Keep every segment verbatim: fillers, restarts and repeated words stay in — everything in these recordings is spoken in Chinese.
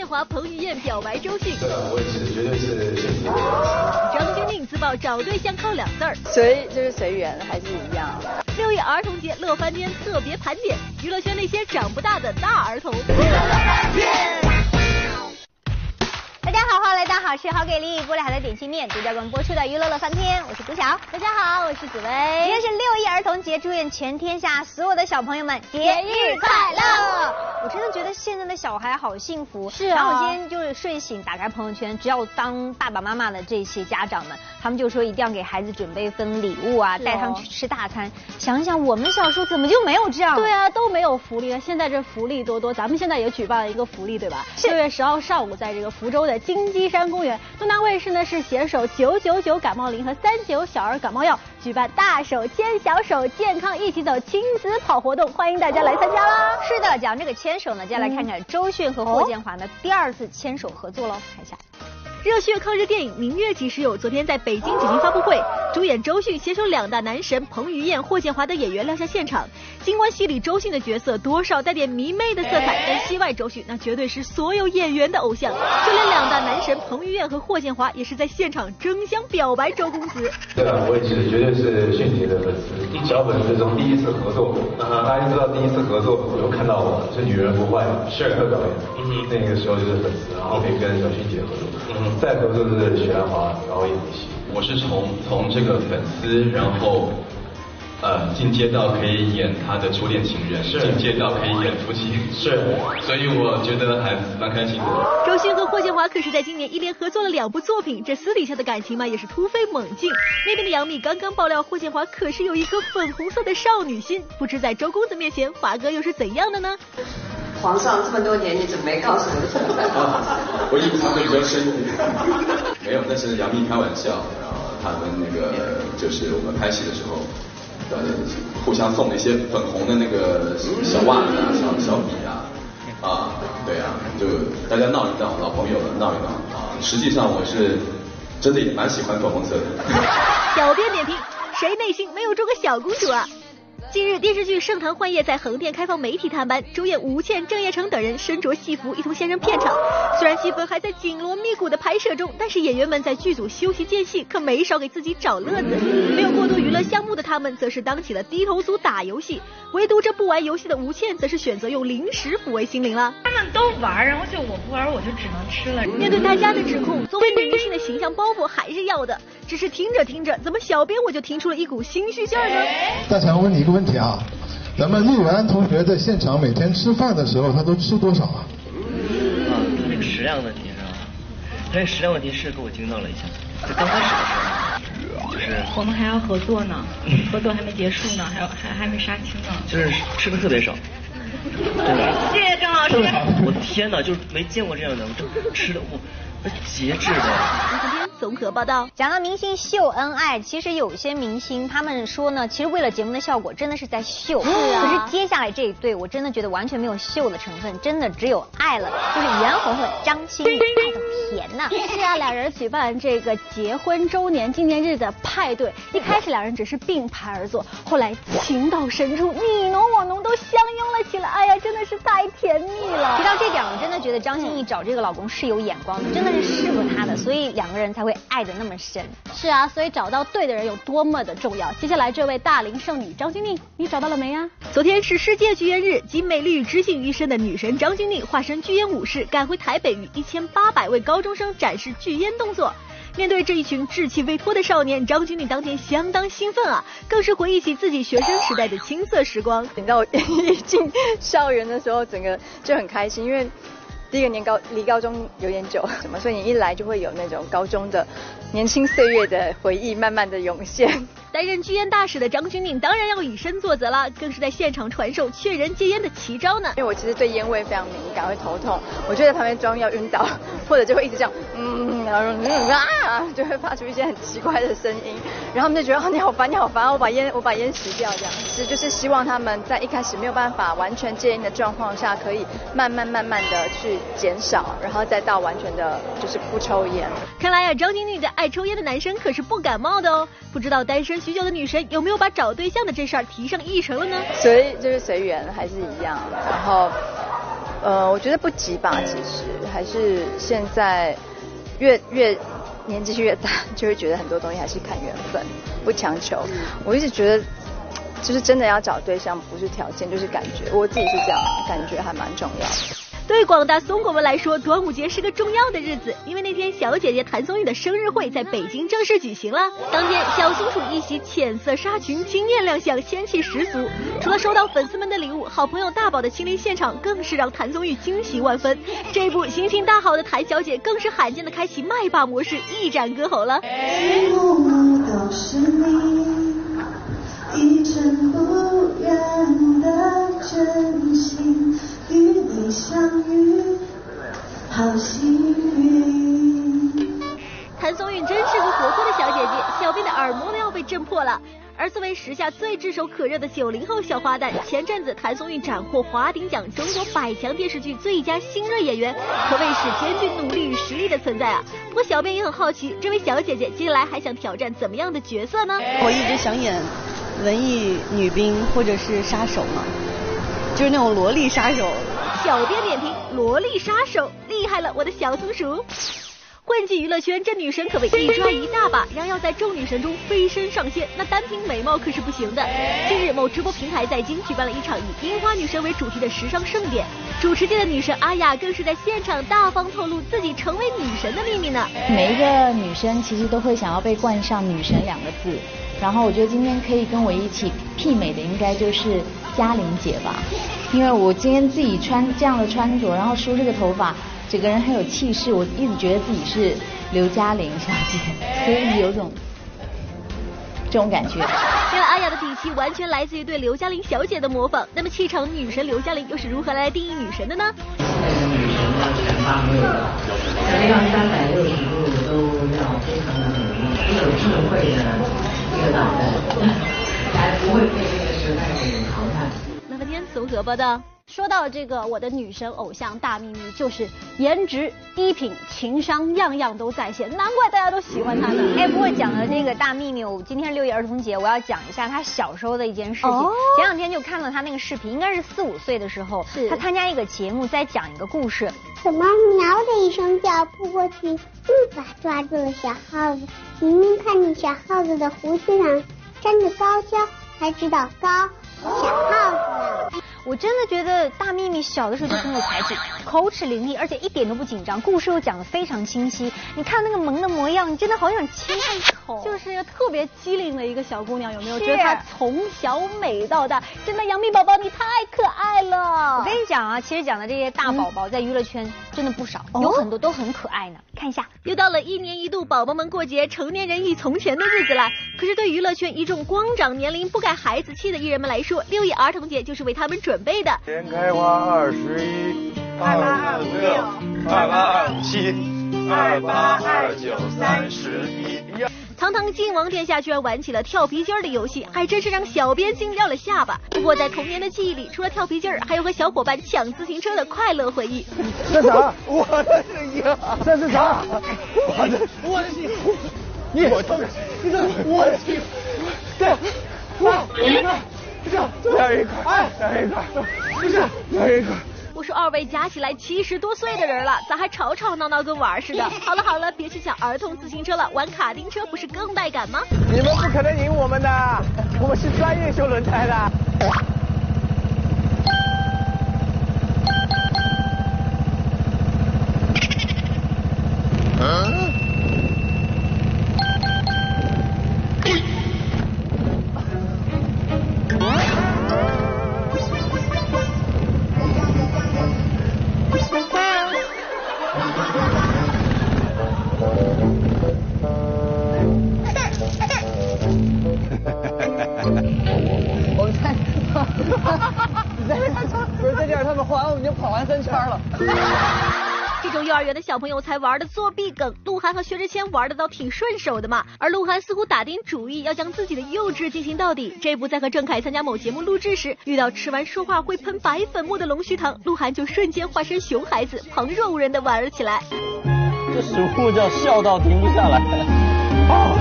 华、彭于晏表白周迅。 对啊，我也是，绝对是幸福的。 张钧甯自曝找对象靠两字儿， 随就是随缘，还是一样。 六一儿童节，乐翻天特别盘点娱乐圈那些长不大的大儿童。 大家好，欢迎来到好吃好给力，玻璃海的点心面，独家为我们播出的娱乐乐翻天，我是朱晓。 大家好，我是紫薇。 今天是六一儿童节，祝愿全天下所有的小朋友们节日快乐。我真的觉得现在的小孩好幸福。 是啊。 然后我今天就是睡醒打开朋友圈，只要当爸爸妈妈的这些家长们，他们就说一定要给孩子准备份礼物啊，带、哦、他们去吃大餐。想想我们小时候怎么就没有这样？ 对啊，都没有福利了。现在这福利多多，咱们现在也举办了一个福利，对吧？六月十号上午，在这个福州的金鸡山公园，东南卫视呢是携手九九九感冒灵和三九小儿感冒药，举办大手牵小手健康一起走亲子跑活动，欢迎大家来参加啦！ 是的，讲这个牵手呢，接下来看看周迅和霍建华呢、哦、第二次牵手合作喽，看一下。 热血抗日电影《明月几时有》昨天在北京举行发布会，主演周迅携手两大男神彭于晏、霍建华的演员亮相现场。尽管戏里周迅的角色多少带点迷妹的色彩，但戏外周迅那绝对是所有演员的偶像。就连两大男神彭于晏和霍建华也是在现场争相表白周公子。 对啊，我也是，绝对是迅杰的粉丝，小粉丝从第一次合作，啊、大家知道第一次合作有看到我是女人不坏是特导演，嗯，那个时候就是粉丝，然后可以跟小迅姐合作，嗯。再合作是许鞍华，然后演的戏。 我是从从这个粉丝，然后呃进阶到可以演他的初恋情人，是进阶到可以演夫妻，是，所以我觉得还蛮开心的。 周迅和霍建华可是在今年一连合作了两部作品，这私底下的感情嘛也是突飞猛进。那边的杨幂刚刚爆料，霍建华可是有一颗粉红色的少女心，不知在周公子面前，华哥又是怎样的呢？ 皇上这么多年，你怎么没告诉我？ 我隐藏的比较深一点，没有，但是杨幂开玩笑，然后他们那个就是我们拍戏的时候，呃，互相送了一些粉红的那个小袜子啊、小小笔啊，啊，对啊，就大家闹一闹，老朋友闹一闹啊。实际上我是真的也蛮喜欢粉红色的。 小编点评：谁内心没有这个小公主啊？近日，电视剧《盛唐幻夜》在横店开放媒体探班，主演吴倩、郑业成等人身着戏服一同现身片场。虽然戏份还在紧锣密鼓的拍摄中，但是演员们在剧组休息间隙可没少给自己找乐子。没有过多娱乐项目的他们，则是当起了低头族打游戏。唯独这不玩游戏的吴倩，则是选择用零食抚慰心灵了。 他们都玩，然后就我不玩，我就只能吃了。 面对大家的指控，作为女明星的形象包袱还是要的。只是听着听着，怎么小编我就听出了一股心虚劲儿呢？ 大强，问你一个问题啊，咱们陆源同学在现场每天吃饭的时候，他都吃多少啊？ 啊，他这个食量问题是吧？他这个食量问题是给我惊到了一下。就刚开始的时候，就是我们还要合作呢，合作还没结束呢，还有还还没杀青呢。 就是吃的特别少。真的。 谢谢郑老师。 我天哪，就是没见过这样的，我这吃的我。节制的。 综合报道， 讲到明星秀恩爱，其实有些明星他们说呢，其实为了节目的效果，真的是在秀。是啊。可是接下来这一对，我真的觉得完全没有秀的成分，真的只有爱了，就是袁弘和张歆艺，爱的甜呐。 是啊，两人举办这个结婚周年纪念日的派对，一开始两人只是并排而坐，后来情到深处，你侬我侬都相拥了起来。哎呀，真的是太甜蜜了。 提到这点，我真的觉得张歆艺找这个老公是有眼光的，真的是适合他的，所以两个人才会爱得那么深。 是啊，所以找到对的人有多么的重要。接下来这位大龄剩女张钧甯，你找到了没呀？昨天是世界剧院日，集美丽与知性于一身的女神张钧甯化身剧烟武士，赶回台北与一千八百位高中生展示剧烟动作。面对这一群稚气未脱的少年，张钧甯当天相当兴奋啊，更是回忆起自己学生时代的青涩时光。 你知道我一进校园的时候，整个就很开心，因为第一个年高离高中有点久，什么，所以你一来就会有那种高中的年轻岁月的回忆慢慢的涌现。 担任剧烟大使的张钧甯当然要以身作则了，更是在现场传授劝人戒烟的奇招呢。 因为我其实对烟味非常敏感，会头痛，我就在旁边装要晕倒，或者就会一直这样，嗯，然后嗯啊，就会发出一些很奇怪的声音，然后他们就觉得哦你好烦你好烦，我把烟我把烟熄掉这样。其实就是希望他们在一开始没有办法完全戒烟的状况下，可以慢慢慢慢的去减少，然后再到完全的就是不抽烟。 看来呀、啊，张钧甯对爱抽烟的男生可是不感冒的哦。不知道单身许久的女神有没有把找对象的这事儿提上议程了呢？ 所以就是随缘还是一样，然后呃，我觉得不急吧，其实还是现在越越年纪越大，就会觉得很多东西还是看缘分，不强求。我一直觉得，就是真的要找对象，不是条件，就是感觉。我自己是这样，感觉还蛮重要的。 对广大松果们来说，端午节是个重要的日子，因为那天小姐姐谭松韵的生日会在北京正式举行了。当天，小松鼠一袭浅色纱裙惊艳亮相，仙气十足。除了收到粉丝们的礼物，好朋友大宝的亲临现场更是让谭松韵惊喜万分。这部心情大好的谭小姐更是罕见的开启麦霸模式，一展歌喉了。 都是你一尘不染的真心，与你相遇好幸运。 谭松韵真是个活泼的小姐姐，小编的耳膜都要被震破了。而作为时下最炙手可热的九零后小花旦，前阵子谭松韵斩获华鼎奖中国百强电视剧最佳新锐演员，可谓是兼具努力与实力的存在啊。不过小编也很好奇，这位小姐姐接下来还想挑战怎么样的角色呢？ 我一直想演文艺女兵或者是杀手嘛，就是那种萝莉杀手。 小编点评：萝莉杀手，厉害了，我的小松鼠。混迹娱乐圈，这女神可谓一抓一大把，然要在众女神中飞身上线，那单凭美貌可是不行的。近日，某直播平台在京举办了一场以樱花女神为主题的时尚盛典，主持界的女神阿雅更是在现场大方透露自己成为女神的秘密呢。 每一个女生其实都会想要被冠上女神两个字，然后我觉得今天可以跟我一起媲美的应该就是嘉玲姐吧，因为我今天自己穿这样的穿着，然后梳这个头发，整个人很有气势，我一直觉得自己是刘嘉玲小姐，所以一直有种这种感觉。 原来阿雅的底气完全来自于对刘嘉玲小姐的模仿，那么气场女神刘嘉玲又是如何来定义女神的呢？ 女神要全方位的，要三百六十度都要非常的努力，很有智慧的一个脑袋，才不会被这个时代给淘汰。 那么天综合报道。 说到这个我的女神偶像大秘密，就是颜值、衣品、情商样样都在线，难怪大家都喜欢她呢。 哎，不过讲了这个大秘密，我今天六一儿童节，我要讲一下她小时候的一件事情。哦、前两天就看到她那个视频，应该是四五岁的时候，她参加一个节目，在讲一个故事。 什么喵的一声叫，扑过去，一把抓住了小耗子。明明看见小耗子的胡子上沾着高胶，才知道高小耗子啊。 我真的觉得大秘密小的时候就很有才气，口齿伶俐，而且一点都不紧张，故事又讲得非常清晰。你看那个萌的模样，你真的好想亲她一口。 就是一个特别机灵的一个小姑娘，有没有觉得她从小美到大？真的，杨幂宝宝你太可爱了。 我跟你讲啊，其实讲的这些大宝宝在娱乐圈真的不少，嗯、有很多都很可爱呢。看一下， 又到了一年一度宝宝们过节、成年人忆从前的日子了。可是对娱乐圈一众光长年龄不改孩子气的艺人们来说，六一儿童节就是为他们准备的。 先开花二十一，二八二五六，二八二五七，二八二九三十一。 堂堂晋王殿下居然玩起了跳皮筋儿的游戏，还真是让小编惊掉了下巴。不过在童年的记忆里，除了跳皮筋儿，还有和小伙伴抢自行车的快乐回忆。 这啥？我的是呀！这是啥？我的我的戏，你我偷着，你这我的戏，对，我一个。这样一块，哎，这样一块，不是，这样一块。 我说二位加起来七十多岁的人了，咋还吵吵闹闹跟玩似的？好了好了，别去抢儿童自行车了，玩卡丁车不是更带感吗？ 你们不可能赢我们的，我们是专业修轮胎的。嗯。 这种幼儿园的小朋友才玩的作弊梗，鹿晗和薛之谦玩的倒挺顺手的嘛。而鹿晗似乎打定主意要将自己的幼稚进行到底。这不，在和郑恺参加某节目录制时，遇到吃完说话会喷白粉末的龙须糖，鹿晗就瞬间化身熊孩子，旁若无人的玩了起来。 这食物叫笑到停不下来。 啊！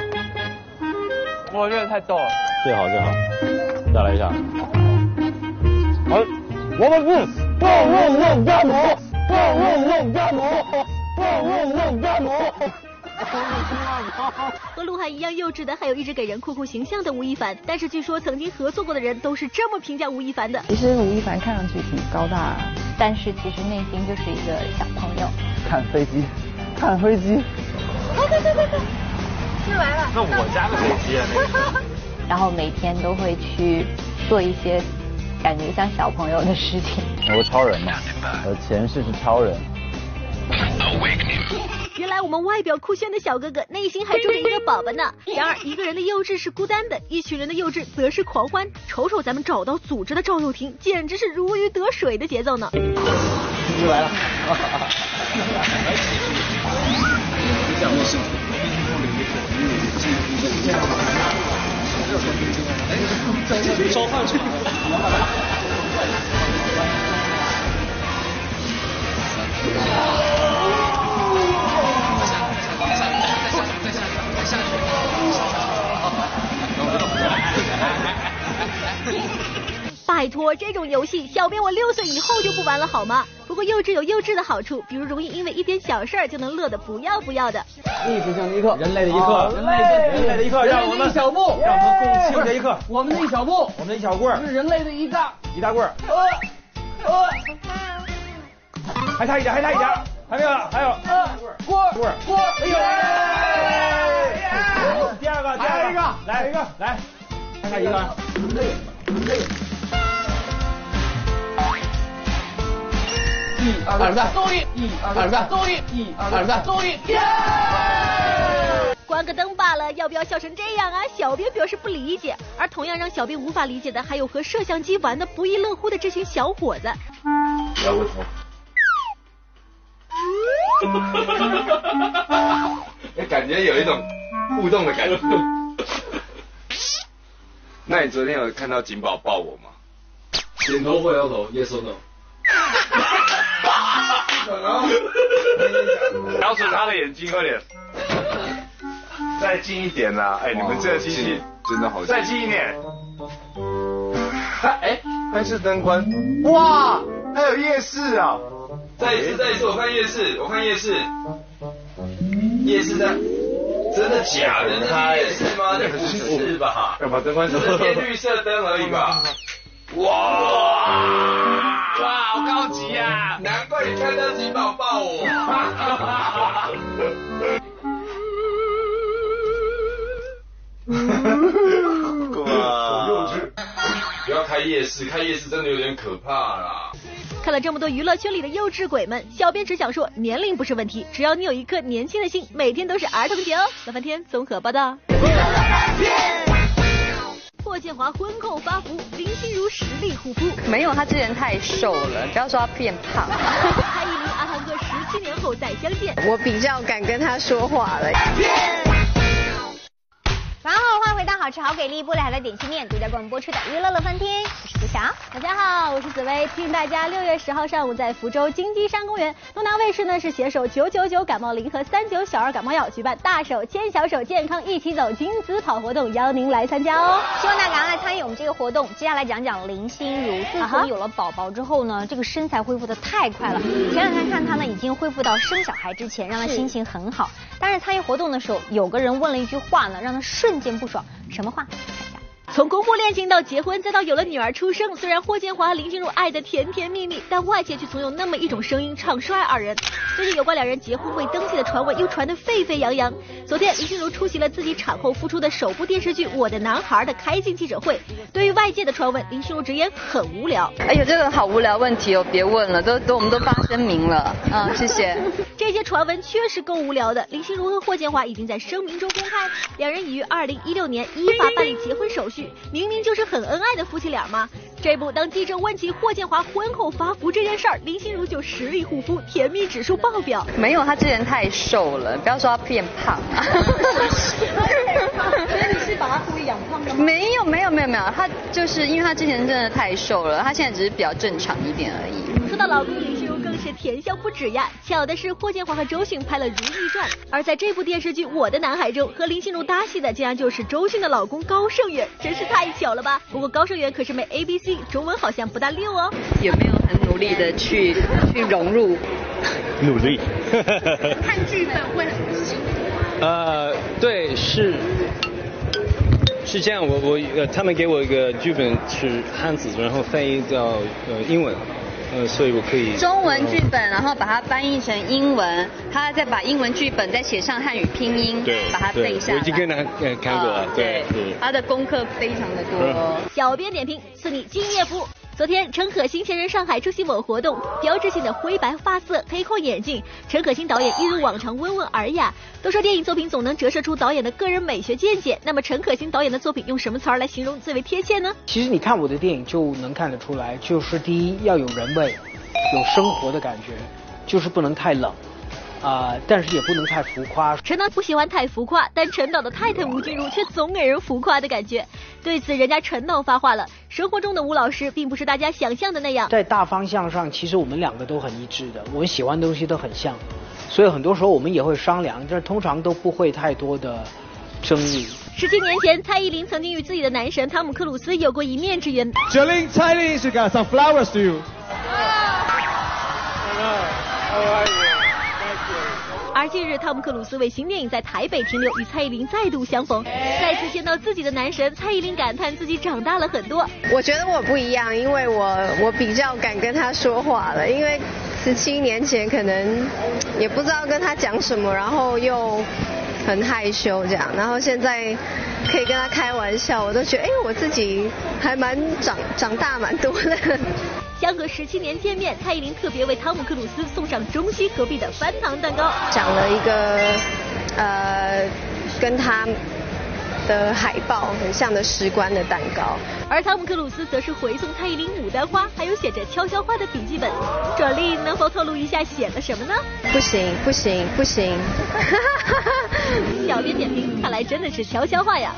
我觉得太逗了。 最好最好，再来一下。 好，我们不。 嗡嗡嗡家母，嗡嗡嗡家母，嗡嗡嗡家母。 和鹿晗一样幼稚的，还有一直给人酷酷形象的吴亦凡。但是据说曾经合作过的人都是这么评价吴亦凡的。 其实吴亦凡看上去挺高大，但是其实内心就是一个小朋友。 看飞机，看飞机。 快快快快快！又来了。 那我家的飞机啊，那个。 然后每天都会去做一些感觉像小朋友的事情。 我超人嘛，我前世是超人。 原来我们外表酷炫的小哥哥，内心还住着一个宝宝呢。然而一个人的幼稚是孤单的，一群人的幼稚则是狂欢。瞅瞅咱们找到组织的赵又廷，简直是如鱼得水的节奏呢。 又来了。召唤去。 拜托，这种游戏小编我六岁以后就不玩了好吗？不过幼稚有幼稚的好处，比如容易因为一点小事儿就能乐得不要不要的。 历史性的一刻，人类的一刻，人类的人类的一刻，让我们一小步，让我们共庆这一刻。我们的一小步，我们的一小棍儿，是人类的一大一大棍儿。呃呃，还差一点，还差一点，还没有了，还有呃棍儿棍儿棍儿，哎呦！第二个，第二个，来一个，来，还差一个。一二三，走一！一二三，走一！一二三，走一！ 关个灯罢了，要不要笑成这样啊？小编表示不理解。而同样让小编无法理解的，还有和摄像机玩的不亦乐乎的这群小伙子。 摇个头。 感觉有一种互动的感觉。那你昨天有看到景宝抱我吗？ 点头或摇头 ，yes or no。 摇出他的眼睛，快点。再近一点啦！哎，你们这机器真的好近。再近一点。哎，还是灯光。哇，还有夜市啊！再一次，再一次，我看夜市，我看夜市。夜市在。真的假的？那是夜市吗？那不是吧？要把灯关上。这是电绿色灯而已吧？哇！哇，好高级啊！难怪你看到景宝抱我。哇！幼稚！不要开夜市，开夜市真的有点可怕啦。 看了这么多娱乐圈里的幼稚鬼们，小编只想说，年龄不是问题，只要你有一颗年轻的心，每天都是儿童节哦。老翻天综合报道。霍建华婚后发福，林心如实力护肤。 没有，他之前太瘦了，不要说他变胖。 蔡依林、阿汤哥十七年后再相见， 我比较敢跟他说话了。 晚上好，欢迎回到好吃好给力玻璃海的点心面独家冠播出的娱乐乐翻天，我是朱晓。 大家好，我是紫薇，提醒大家，六月十号上午在福州金鸡山公园，东南卫视呢是携手九九九感冒灵和三九小儿感冒药举办大手牵小手健康一起走金子跑活动，邀您来参加哦。 希望大家赶快来参与我们这个活动。接下来讲讲林心如，自从有了宝宝之后呢，这个身材恢复的太快了。前两天看她呢已经恢复到生小孩之前，让她心情很好。但是参与活动的时候，有个人问了一句话呢，让她瞬间不爽。什么话？ 从公布恋情到结婚，再到有了女儿出生，虽然霍建华、林心如爱得甜甜蜜蜜，但外界却总有那么一种声音唱衰二人。最近有关两人结婚未登记的传闻又传得沸沸扬扬。昨天林心如出席了自己产后复出的首部电视剧《我的男孩》的开镜记者会，对于外界的传闻，林心如直言很无聊。 哎呦，这个好无聊问题哦，别问了，都都我们都发声明了，嗯，谢谢。 这些传闻确实够无聊的。林心如和霍建华已经在声明中公开，两人已于二零一六年依法办理结婚手续。明明就是很恩爱的夫妻俩吗？这不，当记者问起霍建华婚后发福这件事儿，林心如就实力护肤，甜蜜指数爆表。 没有，他之前太瘦了，不要说他变胖。 所以你是把他故意养胖的吗？ 没有，没有，没有，没有，他就是因为他之前真的太瘦了，他现在只是比较正常一点而已。 说到老公，林心如更是甜笑不止呀。巧的是，霍建华和周迅拍了《如懿传》，而在这部电视剧《我的男孩》中，和林心如搭戏的竟然就是周迅的老公高胜远，真是太巧了吧？不过高胜远可是没 A B C， 中文好像不大溜哦。 有没有很努力力的去去融入。 努力。 看剧本会很辛苦。 呃，对，是是这样，我我呃，他们给我一个剧本是汉字，然后翻译到呃英文。呃，所以我可以中文剧本，然后把它翻译成英文，他再把英文剧本再写上汉语拼音， 对， 把它背下来。 我已经跟他呃看过了，对， 对，他的功课非常的多。 小编点评：赐你敬业福。昨天，陈可辛现身上海出席某活动，标志性的灰白发色、黑框眼镜，陈可辛导演一如往常温文尔雅。都说电影作品总能折射出导演的个人美学见解，那么陈可辛导演的作品用什么词儿来形容最为贴切呢？ 其实你看我的电影就能看得出来，就是第一要有人味，有生活的感觉，就是不能太冷。啊、呃，但是也不能太浮夸。 陈导不喜欢太浮夸，但陈导的太太吴君如却总给人浮夸的感觉。对此，人家陈导发话了：生活中的吴老师并不是大家想象的那样。 在大方向上，其实我们两个都很一致的，我们喜欢的东西都很像，所以很多时候我们也会商量，但是通常都不会太多的争议。 十七年前，蔡依林曾经与自己的男神汤姆克鲁斯有过一面之缘。 Jolene,蔡依林 she got some flowers to you. How are you? 而近日，汤姆克鲁斯为新电影在台北停留，与蔡依林再度相逢。再次见到自己的男神，蔡依林感叹自己长大了很多。 我觉得我不一样，因为我我比较敢跟他说话了，因为十七年前可能也不知道跟他讲什么，然后又很害羞这样，然后现在可以跟他开玩笑，我都觉得哎，我自己还蛮长长大蛮多的。 相隔十七年见面，蔡依林特别为汤姆克鲁斯送上中西合璧的翻糖蛋糕， 讲了一个呃跟他的海报很像的石棺的蛋糕， 而汤姆克鲁斯则是回送蔡依林牡丹花，还有写着悄悄话的笔记本。转力能否透露一下写了什么呢？ 不行不行不行。 小编点评：看来真的是悄悄话呀。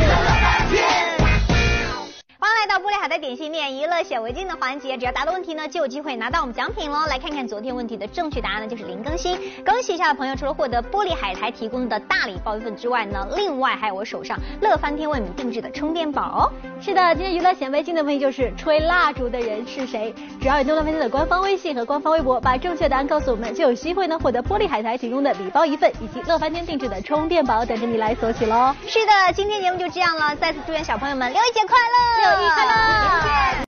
欢迎来到玻璃海苔点心面娱乐显微镜的环节，只要答对问题呢，就有机会拿到我们奖品喽。来看看昨天问题的正确答案呢，就是零更新。恭喜一下的朋友，除了获得玻璃海苔提供的大礼包一份之外呢，另外还有我手上乐翻天为你定制的充电宝。 是的，今天娱乐显微镜的问题就是吹蜡烛的人是谁？只要你登录乐翻天的官方微信和官方微博，把正确答案告诉我们，就有机会呢获得玻璃海苔提供的礼包一份，以及乐翻天定制的充电宝等着你来索取喽。 是的，今天节目就这样了，再次祝愿小朋友们六一节快乐！ 六一快乐！